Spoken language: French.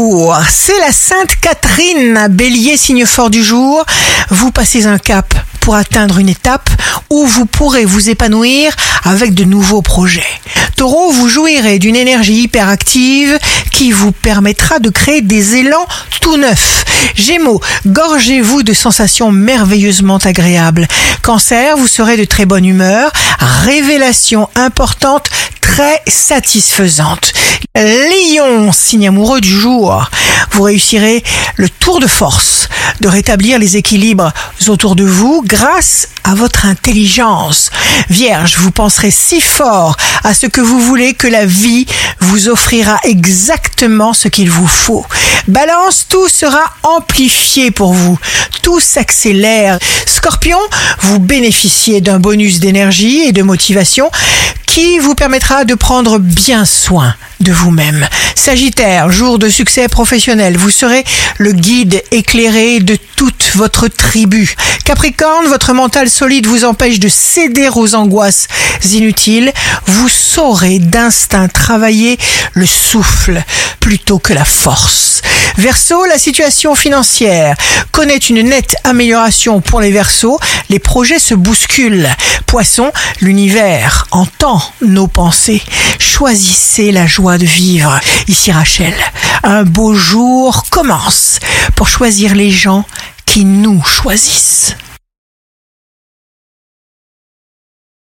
jour, c'est la Sainte Catherine. Bélier, signe fort du jour, vous passez un cap pour atteindre une étape où vous pourrez vous épanouir avec de nouveaux projets. Taureau, vous jouirez d'une énergie hyperactive qui vous permettra de créer des élans tout neufs. Gémeaux, gorgez-vous de sensations merveilleusement agréables. Cancer, vous serez de très bonne humeur. Révélation importante, très satisfaisante. Lion, signe amoureux du jour, vous réussirez le tour de force de rétablir les équilibres autour de vous grâce à votre intelligence. Vierge, vous penserez si fort à ce que vous voulez que la vie vous offrira exactement ce qu'il vous faut. Balance, tout sera amplifié pour vous. Tout s'accélère. Scorpion, vous bénéficiez d'un bonus d'énergie et de motivation qui vous permettra de prendre bien soin de vous-même. Sagittaire, jour de succès professionnel, vous serez le guide éclairé de toute votre tribu. Capricorne, votre mental solide vous empêche de céder aux angoisses inutiles. Vous saurez d'instinct travailler le souffle plutôt que la force. Verseau, la situation financière connaît une nette amélioration pour les Verseaux. Les projets se bousculent. Poisson, l'univers entend nos pensées. Choisissez la joie de vivre. Ici Rachel, un beau jour commence pour choisir les gens qui nous choisissent.